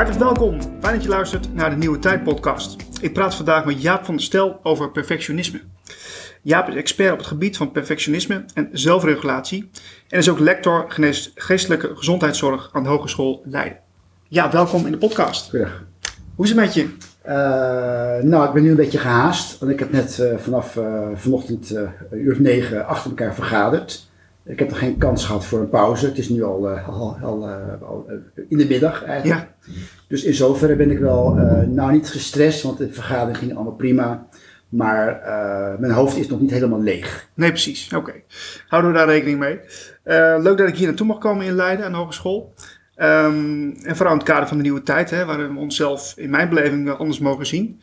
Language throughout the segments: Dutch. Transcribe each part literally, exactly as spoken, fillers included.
Hartelijk welkom. Fijn dat je luistert naar de Nieuwe Tijd podcast. Ik praat vandaag met Jaap van der Stel over perfectionisme. Jaap is expert op het gebied van perfectionisme en zelfregulatie en is ook lector genees- geestelijke gezondheidszorg aan de Hogeschool Leiden. Ja, welkom in de podcast. Goedendag. Hoe is het met je? Uh, nou, ik ben nu een beetje gehaast, want ik heb net uh, vanaf uh, vanochtend uh, een uur of negen achter elkaar vergaderd. Ik heb nog geen kans gehad voor een pauze. Het is nu al, uh, al, al, uh, al uh, in de middag eigenlijk. Ja. Dus in zoverre ben ik wel, uh, nou niet gestrest, want de vergadering ging allemaal prima. Maar uh, mijn hoofd is nog niet helemaal leeg. Nee, precies. Oké. Okay. Houden we daar rekening mee. Uh, leuk dat ik hier naartoe mag komen in Leiden aan de hogeschool. Um, en vooral in het kader van de nieuwe tijd, hè, waarin we onszelf in mijn beleving wel anders mogen zien.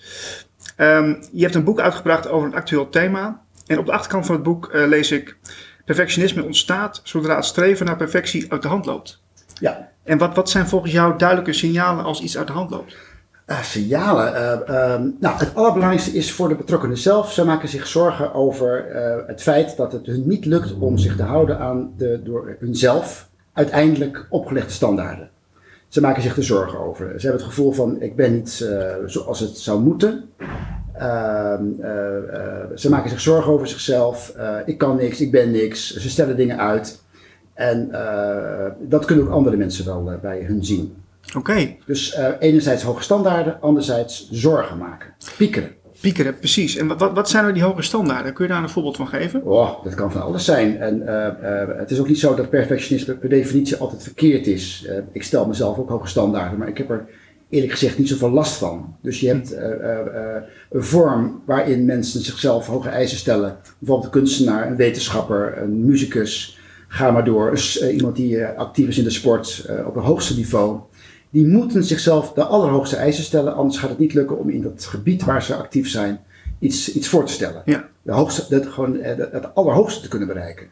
Um, je hebt een boek uitgebracht over een actueel thema. En op de achterkant van het boek uh, lees ik: perfectionisme ontstaat zodra het streven naar perfectie uit de hand loopt. Ja. En wat, wat zijn volgens jou duidelijke signalen als iets uit de hand loopt? Uh, signalen? Uh, um, nou, het allerbelangrijkste is voor de betrokkenen zelf. Ze maken zich zorgen over uh, het feit dat het hun niet lukt om zich te houden aan de door hunzelf uiteindelijk opgelegde standaarden. Ze maken zich er zorgen over. Ze hebben het gevoel van: ik ben niet uh, zoals het zou moeten. Uh, uh, uh, ze maken zich zorgen over zichzelf. Uh, ik kan niks, ik ben niks. Ze stellen dingen uit. En uh, dat kunnen ook andere mensen wel uh, bij hun zien. Oké. Okay. Dus uh, enerzijds hoge standaarden, anderzijds zorgen maken. Piekeren. Piekeren, precies. En wat, wat zijn nou die hoge standaarden? Kun je daar een voorbeeld van geven? Oh, dat kan van alles zijn. En uh, uh, het is ook niet zo dat perfectionisme per definitie altijd verkeerd is. Uh, ik stel mezelf ook hoge standaarden, maar ik heb er eerlijk gezegd niet zoveel last van. Dus je hebt uh, uh, uh, een vorm waarin mensen zichzelf hoge eisen stellen. Bijvoorbeeld een kunstenaar, een wetenschapper, een muzikus. Ga maar door. Dus, uh, iemand die uh, actief is in de sport uh, op het hoogste niveau. Die moeten zichzelf de allerhoogste eisen stellen, anders gaat het niet lukken om in dat gebied waar ze actief zijn iets, iets voor te stellen. Ja. De hoogste, dat, gewoon, het allerhoogste te kunnen bereiken.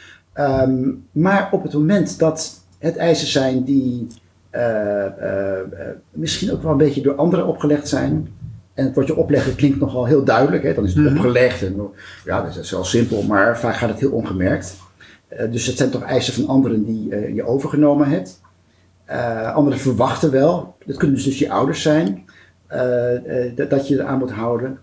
Um, maar op het moment dat het eisen zijn die uh, uh, uh, misschien ook wel een beetje door anderen opgelegd zijn, en het woordje opleggen klinkt nogal heel duidelijk, hè? Dan is het mm-hmm. opgelegd. En, ja, dat is wel simpel, maar vaak gaat het heel ongemerkt. Uh, dus het zijn toch eisen van anderen die uh, je overgenomen hebt. Uh, anderen verwachten wel, dat kunnen dus, dus je ouders zijn, uh, uh, dat, dat je eraan moet houden.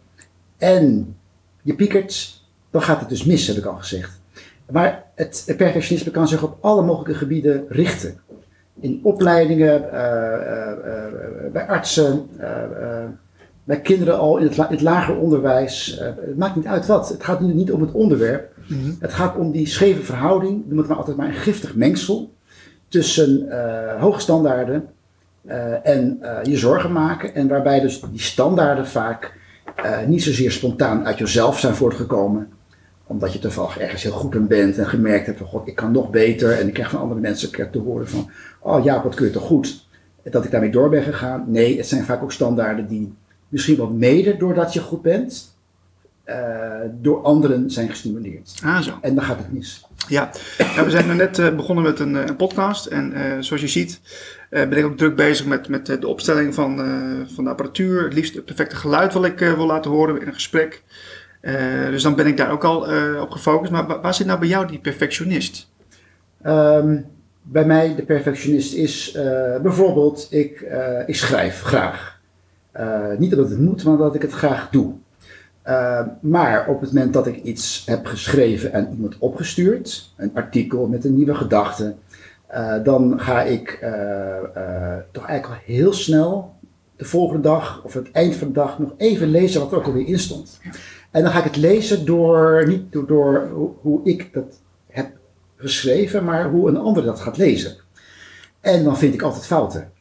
En je piekert, dan gaat het dus mis, heb ik al gezegd. Maar het, het perfectionisme kan zich op alle mogelijke gebieden richten. In opleidingen, uh, uh, uh, bij artsen, uh, uh, bij kinderen al in het, la- in het lager onderwijs. Uh, het maakt niet uit wat, het gaat nu niet om het onderwerp. Mm-hmm. Het gaat om die scheve verhouding, noem het maar altijd maar een giftig mengsel. Tussen uh, hoge standaarden uh, en uh, je zorgen maken. En waarbij dus die standaarden vaak uh, niet zozeer spontaan uit jezelf zijn voortgekomen. Omdat je toevallig ergens heel goed in bent en gemerkt hebt van: God, ik kan nog beter. En ik krijg van andere mensen te horen van: oh ja, wat kun je toch goed. Dat ik daarmee door ben gegaan. Nee, het zijn vaak ook standaarden die misschien wel mede doordat je goed bent, Uh, door anderen zijn gestimuleerd. Ah, zo. En dan gaat het mis. Ja, ja we zijn nu net uh, begonnen met een, een podcast. En uh, zoals je ziet uh, ben ik ook druk bezig met, met de opstelling van, uh, van de apparatuur. Het liefst het perfecte geluid wil ik uh, wil laten horen in een gesprek. Uh, dus dan ben ik daar ook al uh, op gefocust. Maar waar, waar zit nou bij jou die perfectionist? Um, bij mij de perfectionist is uh, bijvoorbeeld, ik, uh, ik schrijf graag. Uh, niet omdat het moet, maar dat ik het graag doe. Uh, maar op het moment dat ik iets heb geschreven en iemand opgestuurd, een artikel met een nieuwe gedachte, uh, dan ga ik uh, uh, toch eigenlijk al heel snel de volgende dag of het eind van de dag nog even lezen wat er ook alweer in stond. En dan ga ik het lezen door, niet door, door hoe, hoe ik dat heb geschreven, maar hoe een ander dat gaat lezen. En dan vind ik altijd fouten.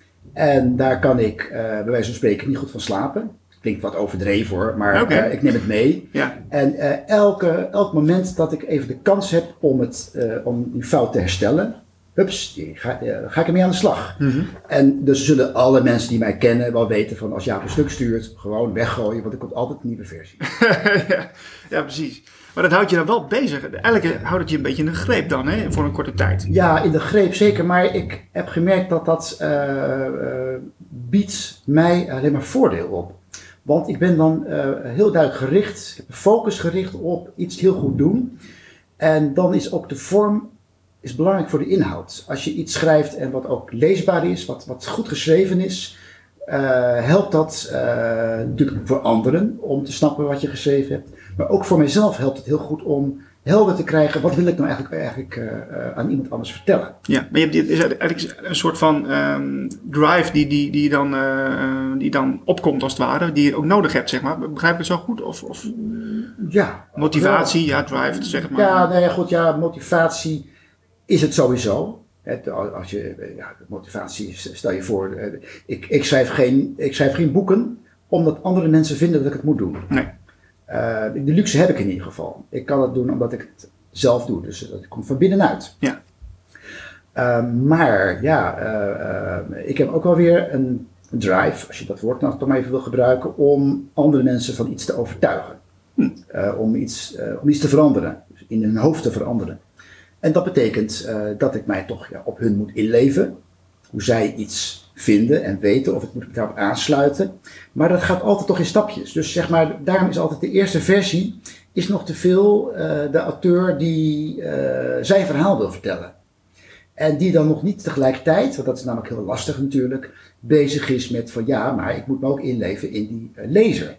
En daar kan ik uh, bij wijze van spreken niet goed van slapen. Klinkt wat overdreven hoor, maar okay. uh, ik neem het mee. Ja. En uh, elke, elk moment dat ik even de kans heb om, het, uh, om die fout te herstellen, hups, ga, uh, ga ik ermee aan de slag. Mm-hmm. En dus zullen alle mensen die mij kennen wel weten van: als Jaap een stuk stuurt, gewoon weggooien, want er komt altijd een nieuwe versie. ja, ja, precies. Maar dat houdt je dan wel bezig. Eigenlijk houdt het je een beetje in de greep dan, hè, voor een korte tijd. Ja, in de greep zeker. Maar ik heb gemerkt dat dat uh, uh, biedt mij alleen maar voordeel op. Want ik ben dan uh, heel duidelijk gericht, ik heb een focus gericht op iets heel goed doen. En dan is ook de vorm is belangrijk voor de inhoud. Als je iets schrijft en wat ook leesbaar is, wat, wat goed geschreven is, uh, helpt dat uh, natuurlijk voor anderen om te snappen wat je geschreven hebt. Maar ook voor mijzelf helpt het heel goed om helder te krijgen, wat wil ik nou eigenlijk, eigenlijk uh, uh, aan iemand anders vertellen. Ja, maar je hebt, is eigenlijk een soort van um, drive die, die, die, dan, uh, die dan opkomt als het ware, die je ook nodig hebt, zeg maar. Begrijp ik het zo goed? Of, of ja. Motivatie, ja, drive, zeg maar. Ja, nou ja, goed, ja, motivatie is het sowieso. Het, als je, ja, motivatie, stel je voor, ik, ik, schrijf geen, ik schrijf geen boeken omdat andere mensen vinden dat ik het moet doen. Nee. Uh, de luxe heb ik in ieder geval. Ik kan het doen omdat ik het zelf doe. Dus dat komt van binnenuit. Ja. Uh, maar ja, uh, uh, ik heb ook wel weer een drive, als je dat woord nou toch maar even wil gebruiken, om andere mensen van iets te overtuigen. Hm. Uh, om, iets, uh, om iets te veranderen. Dus in hun hoofd te veranderen. En dat betekent uh, dat ik mij toch ja, op hun moet inleven. Hoe zij iets vinden en weten of het moet daarop aansluiten. Maar dat gaat altijd toch in stapjes. Dus zeg maar, daarom is altijd de eerste versie is nog te veel uh, de auteur die uh, zijn verhaal wil vertellen. En die dan nog niet tegelijkertijd, want dat is namelijk heel lastig natuurlijk, bezig is met van ja, maar ik moet me ook inleven in die uh, lezer.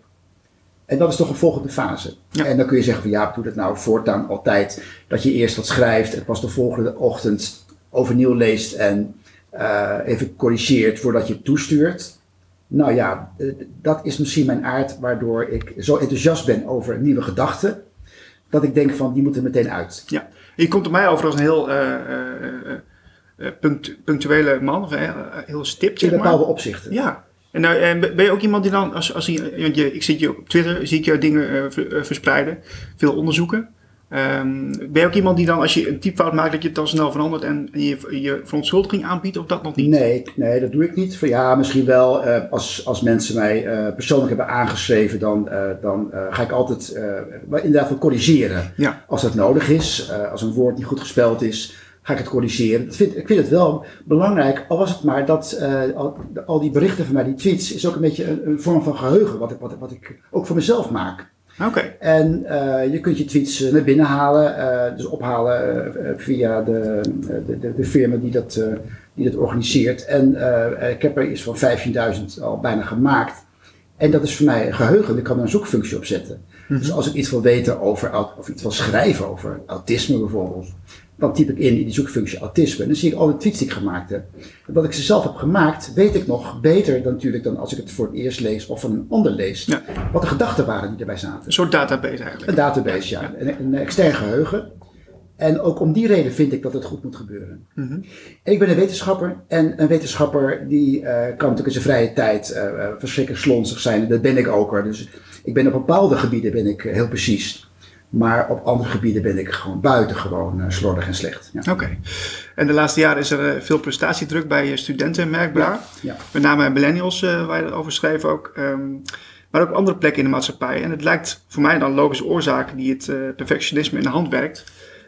En dat is toch een volgende fase. Ja. En dan kun je zeggen van ja, doe dat nou voortaan altijd, dat je eerst wat schrijft en pas de volgende ochtend overnieuw leest en Uh, even corrigeert voordat je het toestuurt. Nou ja, uh, dat is misschien mijn aard waardoor ik zo enthousiast ben over nieuwe gedachten, dat ik denk van die moeten meteen uit. Ja, je komt op mij over als een heel uh, uh, uh, punct, punctuele man, of uh, heel stipt. In bepaalde opzichten. Ja. En nou, ben je ook iemand die dan, als, als je, want je, ik zie je op Twitter, zie ik je dingen uh, verspreiden, veel onderzoeken. Um, ben je ook iemand die dan, als je een typfout maakt, dat je het dan snel verandert en je, je verontschuldiging aanbiedt, of dat nog niet? Nee, nee, dat doe ik niet. Ja, misschien wel uh, als, als mensen mij uh, persoonlijk hebben aangeschreven, dan, uh, dan uh, ga ik altijd uh, inderdaad wel corrigeren. Ja. Als dat nodig is, uh, als een woord niet goed gespeld is, ga ik het corrigeren. Dat vind, ik vind het wel belangrijk, al was het maar dat uh, al, al die berichten van mij, die tweets, is ook een beetje een, een vorm van geheugen, wat ik, wat, wat ik ook voor mezelf maak. Okay. En uh, je kunt je tweets uh, naar binnen halen, uh, dus ophalen uh, via de, de, de, de firma die dat, uh, die dat organiseert. En uh, ik heb er iets van vijftienduizend al bijna gemaakt. En dat is voor mij een geheugen, ik kan er een zoekfunctie op zetten. Mm-hmm. Dus als ik iets wil weten over, of iets wil schrijven over autisme bijvoorbeeld, dan typ ik in in die zoekfunctie autisme. En dan zie ik al de tweets die ik gemaakt heb. En dat ik ze zelf heb gemaakt, weet ik nog beter dan, natuurlijk dan als ik het voor het eerst lees of van een ander lees. Ja. Wat de gedachten waren die erbij zaten. Een soort database eigenlijk. Een database, ja. ja. Een, een extern geheugen. En ook om die reden vind ik dat het goed moet gebeuren. Mm-hmm. En ik ben een wetenschapper. En een wetenschapper die uh, kan natuurlijk in zijn vrije tijd uh, uh, verschrikkelijk slonzig zijn. Dat ben ik ook hoor. Dus ik ben op bepaalde gebieden ben ik heel precies. Maar op andere gebieden ben ik gewoon buitengewoon uh, slordig en slecht. Ja. Oké. Okay. En de laatste jaren is er uh, veel prestatiedruk bij studenten merkbaar. Ja. Ja. Met name millennials uh, waar je het over schreef ook. Um, maar ook andere plekken in de maatschappij. En het lijkt voor mij dan een logische oorzaak die het uh, perfectionisme in de hand werkt.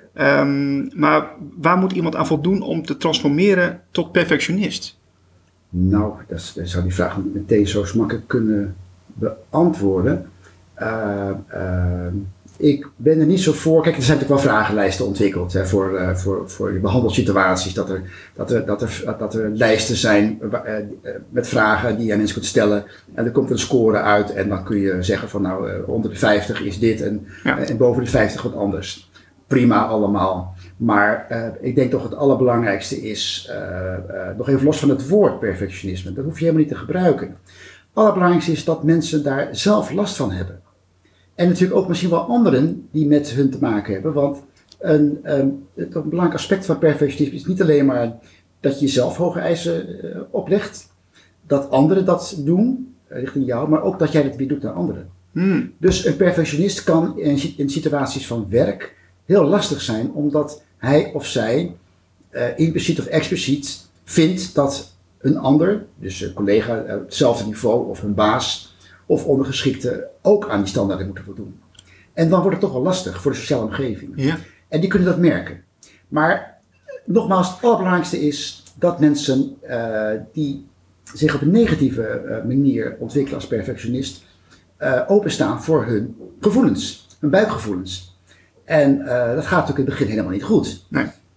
Um, maar waar moet iemand aan voldoen om te transformeren tot perfectionist? Nou, dat is, dat zou die vraag niet meteen zo makkelijk kunnen beantwoorden. Uh, uh, Ik ben er niet zo voor. Kijk, er zijn natuurlijk wel vragenlijsten ontwikkeld hè, voor, uh, voor, voor je behandelsituaties. Dat er, dat, er, dat, er, dat er lijsten zijn uh, uh, met vragen die je aan mensen kunt stellen. En er komt een score uit en dan kun je zeggen van nou uh, onder de vijftig is dit en, ja. uh, en boven de vijftig wat anders. Prima allemaal. Maar uh, ik denk toch het allerbelangrijkste is, uh, uh, nog even los van het woord perfectionisme. Dat hoef je helemaal niet te gebruiken. Het allerbelangrijkste is dat mensen daar zelf last van hebben. En natuurlijk ook misschien wel anderen die met hun te maken hebben. Want een, een, een belangrijk aspect van perfectionisme is niet alleen maar dat je jezelf hoge eisen uh, oplegt. Dat anderen dat doen uh, richting jou, maar ook dat jij dat weer doet naar anderen. Hmm. Dus een perfectionist kan in, in situaties van werk heel lastig zijn. Omdat hij of zij uh, impliciet of expliciet vindt dat een ander, dus een collega op uh, hetzelfde niveau of hun baas of ondergeschikten ook aan die standaarden moeten voldoen. En dan wordt het toch wel lastig voor de sociale omgeving. Ja. En die kunnen dat merken. Maar nogmaals, het allerbelangrijkste is dat mensen uh, die zich op een negatieve uh, manier ontwikkelen als perfectionist, uh, openstaan voor hun gevoelens, hun buikgevoelens. En uh, dat gaat natuurlijk in het begin helemaal niet goed. Nee.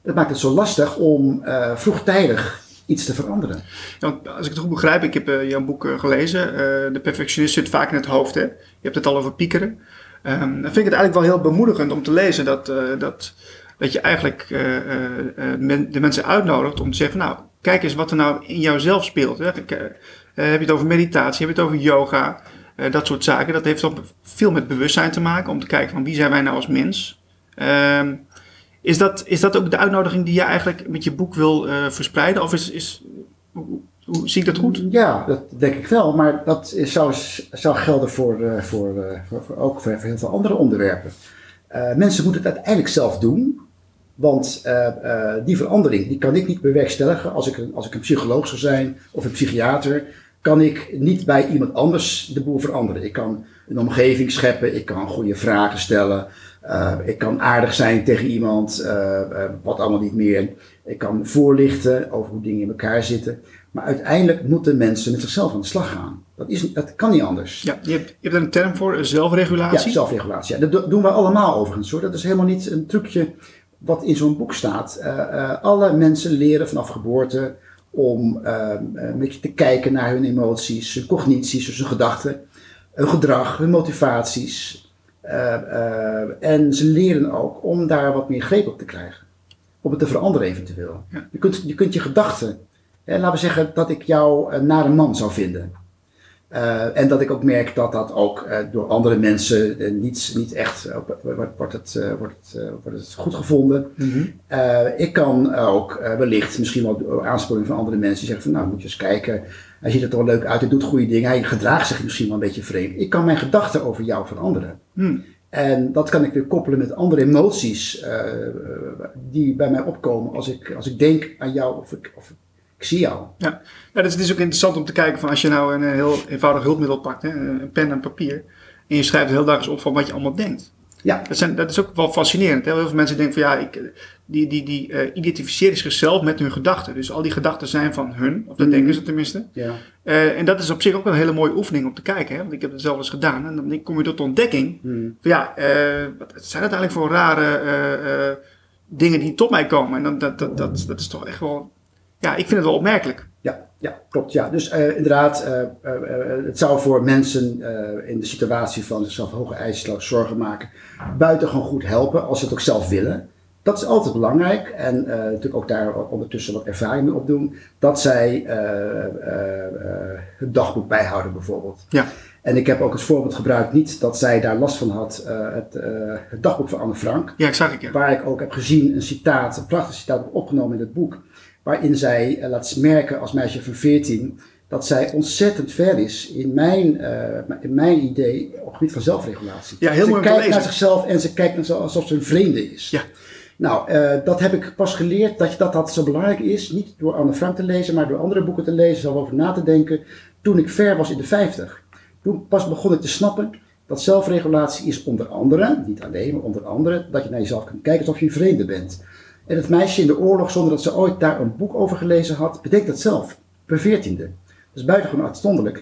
dat maakt het zo lastig om uh, vroegtijdig iets te veranderen. Ja, want als ik het goed begrijp, ik heb uh, jouw boek uh, gelezen. Uh, de perfectionist zit vaak in het hoofd. Hè? Je hebt het al over piekeren. Um, dan vind ik het eigenlijk wel heel bemoedigend om te lezen dat, uh, dat, dat je eigenlijk uh, uh, men, de mensen uitnodigt om te zeggen van, nou, kijk eens wat er nou in jouzelf speelt. Hè? Ik, uh, heb je het over meditatie, heb je het over yoga, uh, dat soort zaken. Dat heeft ook veel met bewustzijn te maken, om te kijken van wie zijn wij nou als mens. Um, is, dat, is dat ook de uitnodiging die je eigenlijk met je boek wil uh, verspreiden? Of is, is, hoe, hoe zie ik dat goed? Ja, dat denk ik wel. Maar dat is, zou, zou gelden voor, uh, voor, uh, voor, voor ook voor, voor heel veel andere onderwerpen. Uh, mensen moeten het uiteindelijk zelf doen. Want uh, uh, die verandering die kan ik niet bewerkstelligen. Als ik, een, als ik een psycholoog zou zijn of een psychiater, kan ik niet bij iemand anders de boel veranderen. Ik kan een omgeving scheppen, ik kan goede vragen stellen. Uh, ik kan aardig zijn tegen iemand, uh, uh, wat allemaal niet meer. Ik kan voorlichten over hoe dingen in elkaar zitten. Maar uiteindelijk moeten mensen met zichzelf aan de slag gaan. Dat, is, dat kan niet anders. Ja, je hebt, je hebt er een term voor, zelfregulatie? Ja, zelfregulatie. Ja, dat doen we allemaal overigens hoor. Dat is helemaal niet een trucje wat in zo'n boek staat. Uh, uh, alle mensen leren vanaf geboorte om uh, een beetje te kijken naar hun emoties, hun cognities, dus hun gedachten, hun gedrag, hun motivaties. Uh, uh, en ze leren ook om daar wat meer greep op te krijgen. Om het te veranderen eventueel. Ja. Je, kunt, je kunt je gedachten, hè, laten we zeggen dat ik jou een nare man zou vinden. Uh, en dat ik ook merk dat dat ook uh, door andere mensen uh, niet, niet echt uh, wordt, wordt, het, uh, wordt, het, uh, wordt het goed gevonden. Mm-hmm. Uh, ik kan ook uh, wellicht misschien wel door aansporing van andere mensen die zeggen van nou moet je eens kijken, hij ziet er toch wel leuk uit, hij doet goede dingen, hij gedraagt zich misschien wel een beetje vreemd. Ik kan mijn gedachten over jou veranderen. Mm. En dat kan ik weer koppelen met andere emoties uh, die bij mij opkomen als ik, als ik denk aan jou of ik, of ik zie jou. Ja, ja dus het is ook interessant om te kijken van als je nou een heel eenvoudig hulpmiddel pakt, hè, een pen en papier, en je schrijft heel dag eens op van wat je allemaal denkt. Ja. Dat, zijn, dat is ook wel fascinerend. Hè? Heel veel mensen denken van ja, ik, die, die, die uh, identificeren zichzelf met hun gedachten. Dus al die gedachten zijn van hun, of dat mm. denken ze tenminste. Ja. Uh, en dat is op zich ook wel een hele mooie oefening om te kijken. Hè? Want ik heb het zelf eens gedaan. En dan kom je tot de ontdekking mm. van ja, uh, wat zijn dat eigenlijk voor rare uh, uh, dingen die tot mij komen. En dan, dat, dat, dat, dat is toch echt wel, ja, ik vind het wel opmerkelijk. Ja, ja, klopt. Ja. Dus uh, inderdaad, uh, uh, uh, het zou voor mensen uh, in de situatie van zichzelf hoge eisen zorgen maken, buitengewoon goed helpen als ze het ook zelf willen. Dat is altijd belangrijk en uh, natuurlijk ook daar ondertussen wat ervaring mee opdoen, dat zij uh, uh, uh, het dagboek bijhouden bijvoorbeeld. Ja. En ik heb ook als voorbeeld gebruikt, niet dat zij daar last van had, uh, het, uh, het dagboek van Anne Frank. Ja, ik zag ik, ja. Waar ik ook heb gezien een citaat, een prachtig citaat opgenomen in het boek, waarin zij uh, laat merken als meisje van veertien dat zij ontzettend ver is in mijn, uh, in mijn idee op het gebied van zelfregulatie. Ja, heel ze mooi kijkt naar zichzelf en ze kijkt naar zichzelf alsof ze een vreemde is. Ja. Nou, uh, dat heb ik pas geleerd, dat, dat dat zo belangrijk is. Niet door Anne Frank te lezen, maar door andere boeken te lezen, zelf over na te denken. Toen ik ver was in de vijftig. Toen pas begon ik te snappen dat zelfregulatie is onder andere, niet alleen, maar onder andere, dat je naar jezelf kunt kijken alsof je een vreemde bent. En het meisje in de oorlog, zonder dat ze ooit daar een boek over gelezen had, bedenkt dat zelf, per veertiende. Dat is buitengewoon uitzonderlijk.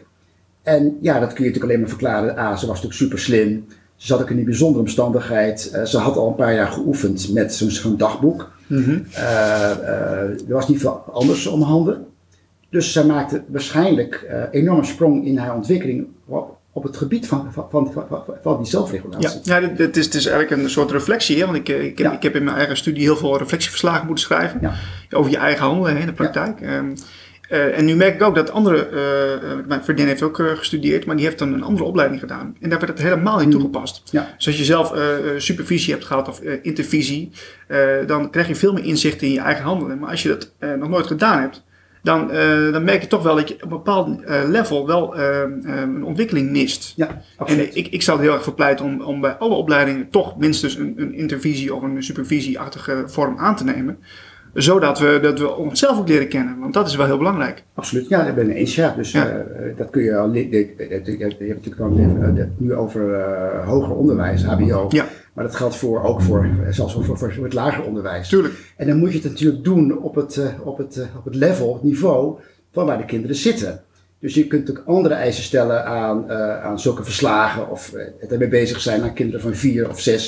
En ja, dat kun je natuurlijk alleen maar verklaren. A, ze was natuurlijk super slim. Ze zat ook in die bijzondere omstandigheid. Uh, ze had al een paar jaar geoefend met zo'n, zo'n dagboek. Mm-hmm. uh, uh, er was niet veel anders om handen. Dus zij maakte waarschijnlijk uh, enorme sprong in haar ontwikkeling op, op het gebied van, van, van, van, van die zelfregulatie. Ja, ja het, is, het is eigenlijk een soort reflectie. Hè? Want ik, ik, heb, ja. ik heb in mijn eigen studie heel veel reflectieverslagen moeten schrijven. Ja. Over je eigen handelen in de praktijk. Ja. Um, Uh, en nu merk ik ook dat andere, uh, mijn vriendin heeft ook uh, gestudeerd, maar die heeft dan een andere opleiding gedaan. En daar werd het helemaal niet toegepast. Ja. Dus als je zelf uh, supervisie hebt gehad of uh, intervisie, uh, dan krijg je veel meer inzicht in je eigen handelen. Maar als je dat uh, nog nooit gedaan hebt, dan, uh, dan merk je toch wel dat je op een bepaald uh, level wel uh, uh, een ontwikkeling mist. Ja, absoluut. En ik, ik zou het heel erg verpleiten om, om bij alle opleidingen toch minstens een, een intervisie of een supervisieachtige vorm aan te nemen. Zodat we, dat we onszelf ook leren kennen. Want dat is wel heel belangrijk. Absoluut. Ja, dat ben ik eens. Ja. Dus ja. Uh, dat kun je al... Je, je, je, je hebt natuurlijk wel uh, nu over uh, hoger onderwijs, H B O. Ja. Maar dat geldt voor, ook voor, zelfs voor, voor, voor het lager onderwijs. Tuurlijk. En dan moet je het natuurlijk doen op het, uh, op het, uh, op het level, het niveau van waar de kinderen zitten. Dus je kunt ook andere eisen stellen aan, uh, aan zulke verslagen. Of uh, het ermee bezig zijn aan kinderen van vier of zes.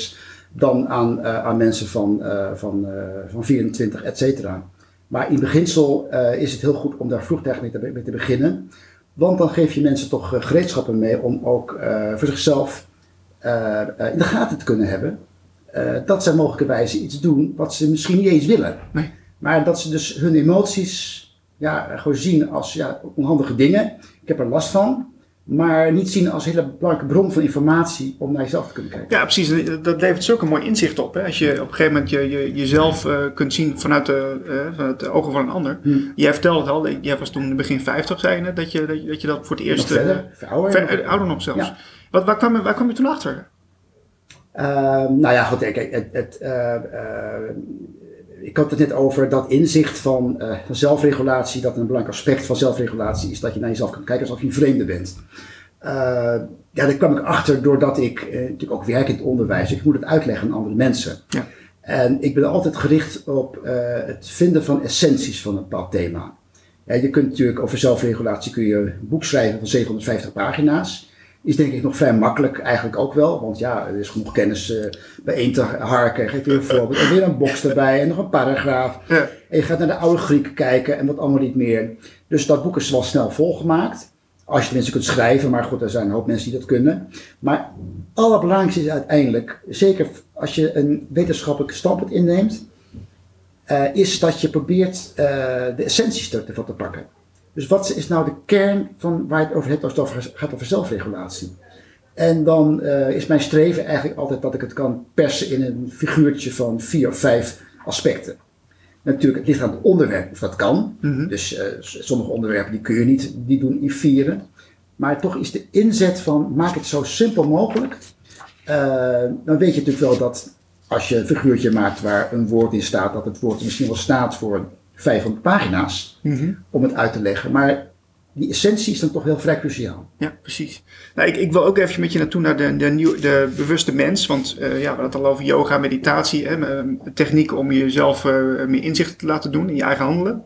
dan aan, uh, aan mensen van, uh, van, uh, van vierentwintig, et cetera. Maar in beginsel uh, is het heel goed om daar vroegtijdig mee te, mee te beginnen. Want dan geef je mensen toch uh, gereedschappen mee om ook uh, voor zichzelf uh, uh, in de gaten te kunnen hebben. Uh, dat zij mogelijkerwijs iets doen wat ze misschien niet eens willen. Nee. Maar dat ze dus hun emoties ja, gewoon zien als ja, onhandige dingen. Ik heb er last van. Maar niet zien als een hele belangrijke bron van informatie om naar jezelf te kunnen kijken. Ja, precies. Dat levert zulke mooi inzicht op. Hè? Als je op een gegeven moment je, je, jezelf uh, kunt zien vanuit de, uh, vanuit de ogen van een ander. Hmm. Jij vertelde het al, jij was toen begin vijftig, zei je net, dat je dat, je, dat, je dat voor het eerst... Nog verder, uh, ouder, ver, nog. ouder nog zelfs. Ja. Wat, waar, kwam, waar kwam je toen achter? Uh, nou ja, goed, kijk, het... het uh, uh, ik had het net over dat inzicht van, uh, van zelfregulatie, dat een belangrijk aspect van zelfregulatie is dat je naar jezelf kan kijken alsof je een vreemde bent. Uh, ja, daar kwam ik achter doordat ik uh, natuurlijk ook werk in het onderwijs. Ik moet het uitleggen aan andere mensen. Ja. En ik ben altijd gericht op uh, het vinden van essenties van een bepaald thema. Ja, je kunt natuurlijk over zelfregulatie kun je een boek schrijven van zevenhonderdvijftig pagina's. Is denk ik nog vrij makkelijk eigenlijk ook wel. Want ja, er is genoeg kennis uh, bijeen te harken. Geef je een voorbeeld. En weer een box erbij en nog een paragraaf. Ja. En je gaat naar de oude Grieken kijken en wat allemaal niet meer. Dus dat boek is wel snel volgemaakt. Als je tenminste kunt schrijven. Maar goed, er zijn een hoop mensen die dat kunnen. Maar het allerbelangrijkste is uiteindelijk, zeker als je een wetenschappelijk standpunt inneemt, uh, is dat je probeert uh, de essenties ervan te pakken. Dus wat is nou de kern van waar je het over hebt als het over, gaat over zelfregulatie? En dan uh, is mijn streven eigenlijk altijd dat ik het kan persen in een figuurtje van vier of vijf aspecten. Natuurlijk, het ligt aan het onderwerp of dat kan. Mm-hmm. Dus uh, sommige onderwerpen die kun je niet die doen in vieren. Maar toch is de inzet van maak het zo simpel mogelijk. Uh, dan weet je natuurlijk wel dat als je een figuurtje maakt waar een woord in staat, dat het woord misschien wel staat voor vijfhonderd pagina's mm-hmm. om het uit te leggen. Maar die essentie is dan toch wel vrij cruciaal. Ja, precies. Nou, ik, ik wil ook even met je naartoe naar de, de, nieuw, de bewuste mens. Want uh, ja, we hadden het al over yoga, meditatie. Hè, technieken om jezelf uh, meer inzicht te laten doen in je eigen handelen.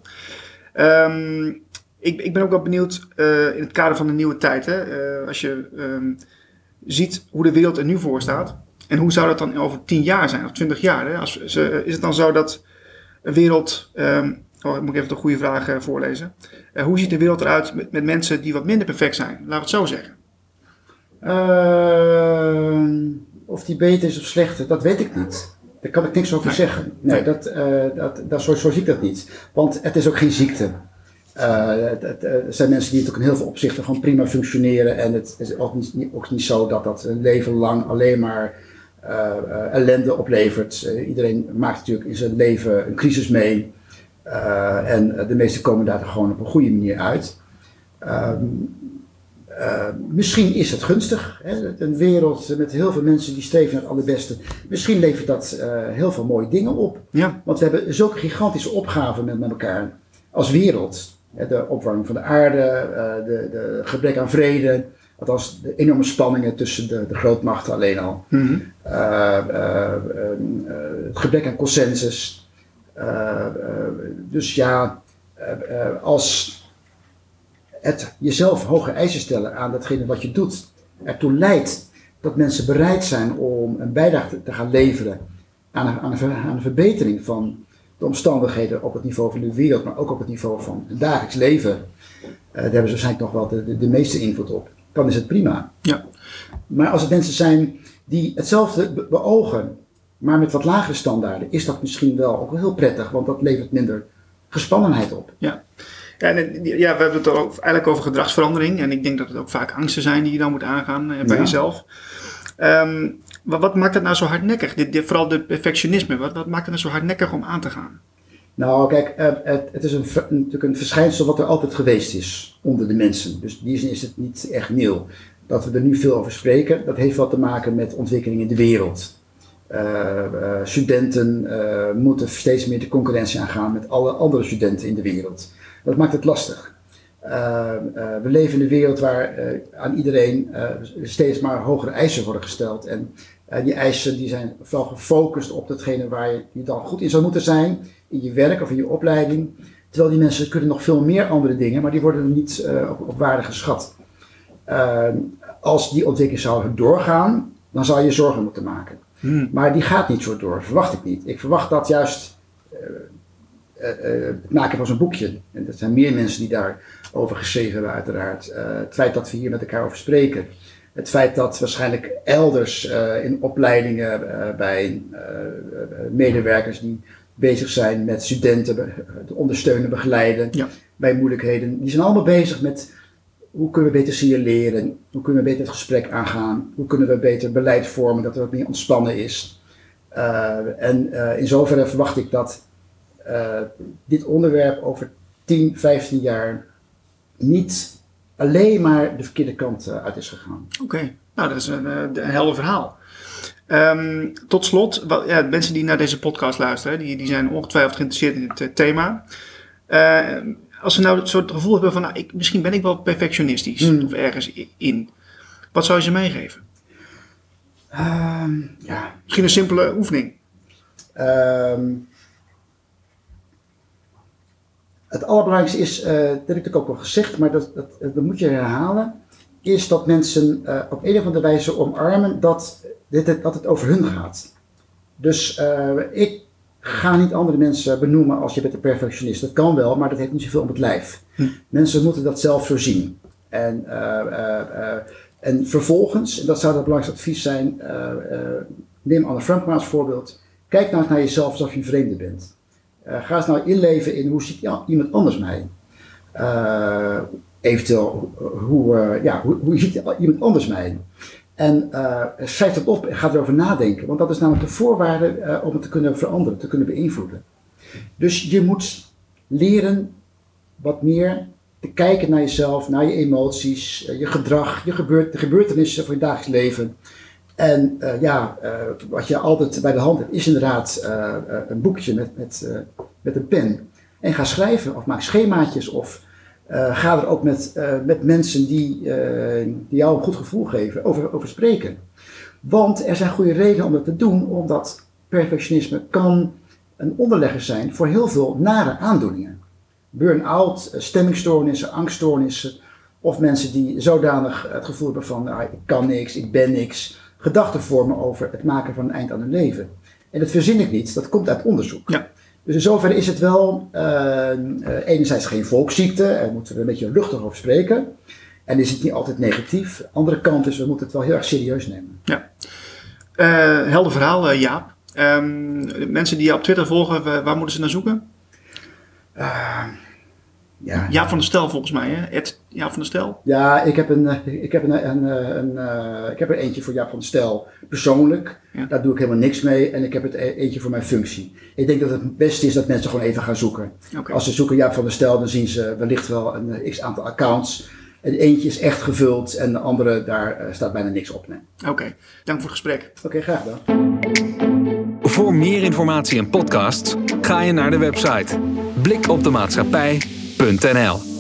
Um, ik, ik ben ook wel benieuwd uh, in het kader van de nieuwe tijd. Hè, uh, als je um, ziet hoe de wereld er nu voor staat. En hoe zou dat dan over tien jaar zijn of twintig jaar? Hè? Als, is het dan zo dat een wereld... Um, Oh, ik moet even de goede vraag uh, voorlezen. Uh, hoe ziet de wereld eruit met, met mensen die wat minder perfect zijn? Laten we het zo zeggen. Uh, of die beter is of slechter, dat weet ik niet. Daar kan ik niks over nee. zeggen. Nee, nee. Dat, uh, dat, dat, zo, zo zie ik dat niet. Want het is ook geen ziekte. Uh, het, het, er zijn mensen die het ook in heel veel opzichten gewoon prima functioneren. En het is ook niet, ook niet zo dat dat een leven lang alleen maar uh, uh, ellende oplevert. Uh, iedereen maakt natuurlijk in zijn leven een crisis mee. Uh, en de meesten komen daar gewoon op een goede manier uit. Uh, uh, misschien is het gunstig. Hè? Een wereld met heel veel mensen die streven naar het allerbeste. Misschien levert dat uh, heel veel mooie dingen op. Ja. Want we hebben zulke gigantische opgaven met, met elkaar als wereld. De opwarming van de aarde, uh, de, de gebrek aan vrede. Althans, de enorme spanningen tussen de, de grootmachten alleen al. Mm-hmm. uh, uh, uh, uh, het gebrek aan consensus. Uh, uh, dus ja, uh, uh, als het jezelf hoge eisen stellen aan datgene wat je doet, ertoe leidt dat mensen bereid zijn om een bijdrage te, te gaan leveren aan een, aan, een, aan een verbetering van de omstandigheden op het niveau van de wereld, maar ook op het niveau van het dagelijks leven, uh, daar hebben ze waarschijnlijk nog wel de, de, de meeste invloed op. Dan is het prima. Ja. Maar als het mensen zijn die hetzelfde be- beogen, maar met wat lagere standaarden, is dat misschien wel ook wel heel prettig, want dat levert minder gespannenheid op. Ja, ja, en, ja we hebben het ook eigenlijk over gedragsverandering. En ik denk dat het ook vaak angsten zijn die je dan moet aangaan eh, bij ja. jezelf. Um, wat, wat maakt het nou zo hardnekkig? Dit, dit, vooral de perfectionisme. Wat, wat maakt het nou zo hardnekkig om aan te gaan? Nou, kijk, uh, het, het is een, natuurlijk een verschijnsel wat er altijd geweest is onder de mensen. Dus in die zin is het niet echt nieuw. Dat we er nu veel over spreken, dat heeft wat te maken met ontwikkelingen in de wereld. Uh, uh, studenten uh, moeten steeds meer de concurrentie aangaan met alle andere studenten in de wereld. Dat maakt het lastig. Uh, uh, we leven in een wereld waar uh, aan iedereen uh, steeds maar hogere eisen worden gesteld. En uh, die eisen die zijn vooral gefocust op datgene waar je, je dan goed in zou moeten zijn, in je werk of in je opleiding. Terwijl die mensen kunnen nog veel meer andere dingen, maar die worden niet uh, op, op waarde geschat. Uh, als die ontwikkeling zou doorgaan, dan zou je zorgen moeten maken. Hmm. Maar die gaat niet zo door, verwacht ik niet. Ik verwacht dat juist uh, uh, uh, het maken van zo'n boekje, en er zijn meer mensen die daarover geschreven hebben uiteraard, uh, het feit dat we hier met elkaar over spreken, het feit dat waarschijnlijk elders uh, in opleidingen uh, bij uh, medewerkers die bezig zijn met studenten te ondersteunen, begeleiden, ja. bij moeilijkheden, die zijn allemaal bezig met hoe kunnen we beter signaleren, hoe kunnen we beter het gesprek aangaan, hoe kunnen we beter beleid vormen dat er wat meer ontspannen is. Uh, en uh, in zoverre verwacht ik dat uh, dit onderwerp over tien, vijftien jaar niet alleen maar de verkeerde kant uh, uit is gegaan. Oké, okay. Nou dat is een, een helder verhaal. Um, tot slot, wat, ja, mensen die naar deze podcast luisteren, die, die zijn ongetwijfeld geïnteresseerd in het uh, thema. Uh, als ze nou het soort gevoel hebben van, nou, ik, misschien ben ik wel perfectionistisch hmm. of ergens in. Wat zou je ze meegeven? Um, ja. Misschien een simpele oefening. Um, het allerbelangrijkste is, uh, dat heb ik natuurlijk ook al gezegd, maar dat, dat, dat moet je herhalen, is dat mensen uh, op een of andere wijze omarmen dat, dit, dat het over hun gaat. Dus uh, ik ga niet andere mensen benoemen als je bent een perfectionist. Dat kan wel, maar dat heeft niet zoveel op het lijf. Hm. Mensen moeten dat zelf zo zien. En, uh, uh, uh, en vervolgens, en dat zou het belangrijkste advies zijn, uh, uh, neem Anne Frank maar als voorbeeld. Kijk nou eens naar jezelf alsof je een vreemde bent. Uh, ga eens nou inleven in hoe ziet iemand anders mij. Uh, eventueel, hoe, uh, ja, hoe, hoe ziet iemand anders mij. En uh, schrijf dat op en ga erover nadenken. Want dat is namelijk de voorwaarde uh, om het te kunnen veranderen, te kunnen beïnvloeden. Dus je moet leren wat meer te kijken naar jezelf, naar je emoties, uh, je gedrag, je gebeurt, de gebeurtenissen van je dagelijks leven. En uh, ja, uh, wat je altijd bij de hand hebt is inderdaad uh, uh, een boekje met, met, uh, met een pen. En ga schrijven of maak schemaatjes of uh, ga er ook met, uh, met mensen die, uh, die jou een goed gevoel geven over, over spreken. Want er zijn goede redenen om dat te doen, omdat perfectionisme kan een onderlegger zijn voor heel veel nare aandoeningen. Burn-out, stemmingstoornissen, angststoornissen of mensen die zodanig het gevoel hebben van ah, ik kan niks, ik ben niks. Gedachten vormen over het maken van een eind aan hun leven. En dat verzin ik niet, dat komt uit onderzoek. Ja. Dus in zoverre is het wel uh, uh, enerzijds geen volksziekte, daar moeten we een beetje luchtig over spreken. En is het niet altijd negatief. Andere kant is, we moeten het wel heel erg serieus nemen. Ja. Uh, helder verhaal, uh, Jaap. Um, mensen die je op Twitter volgen, waar moeten ze naar zoeken? Uh, ja. Jaap van der Stel volgens mij, hè? Ed Jaap van der Stel. Ja, ik heb, een, ik, heb een, een, een, een, uh, ik heb er eentje voor Jaap van der Stel persoonlijk. Ja. Daar doe ik helemaal niks mee. En ik heb het eentje voor mijn functie. Ik denk dat het beste is dat mensen gewoon even gaan zoeken. Okay. Als ze zoeken Jaap van der Stel, dan zien ze wellicht wel een x aantal accounts. En eentje is echt gevuld en de andere, daar uh, staat bijna niks op. Nee. Oké, okay. Dank voor het gesprek. Oké, okay, graag gedaan. Voor meer informatie en podcasts ga je naar de website blik op de maatschappij punt n l.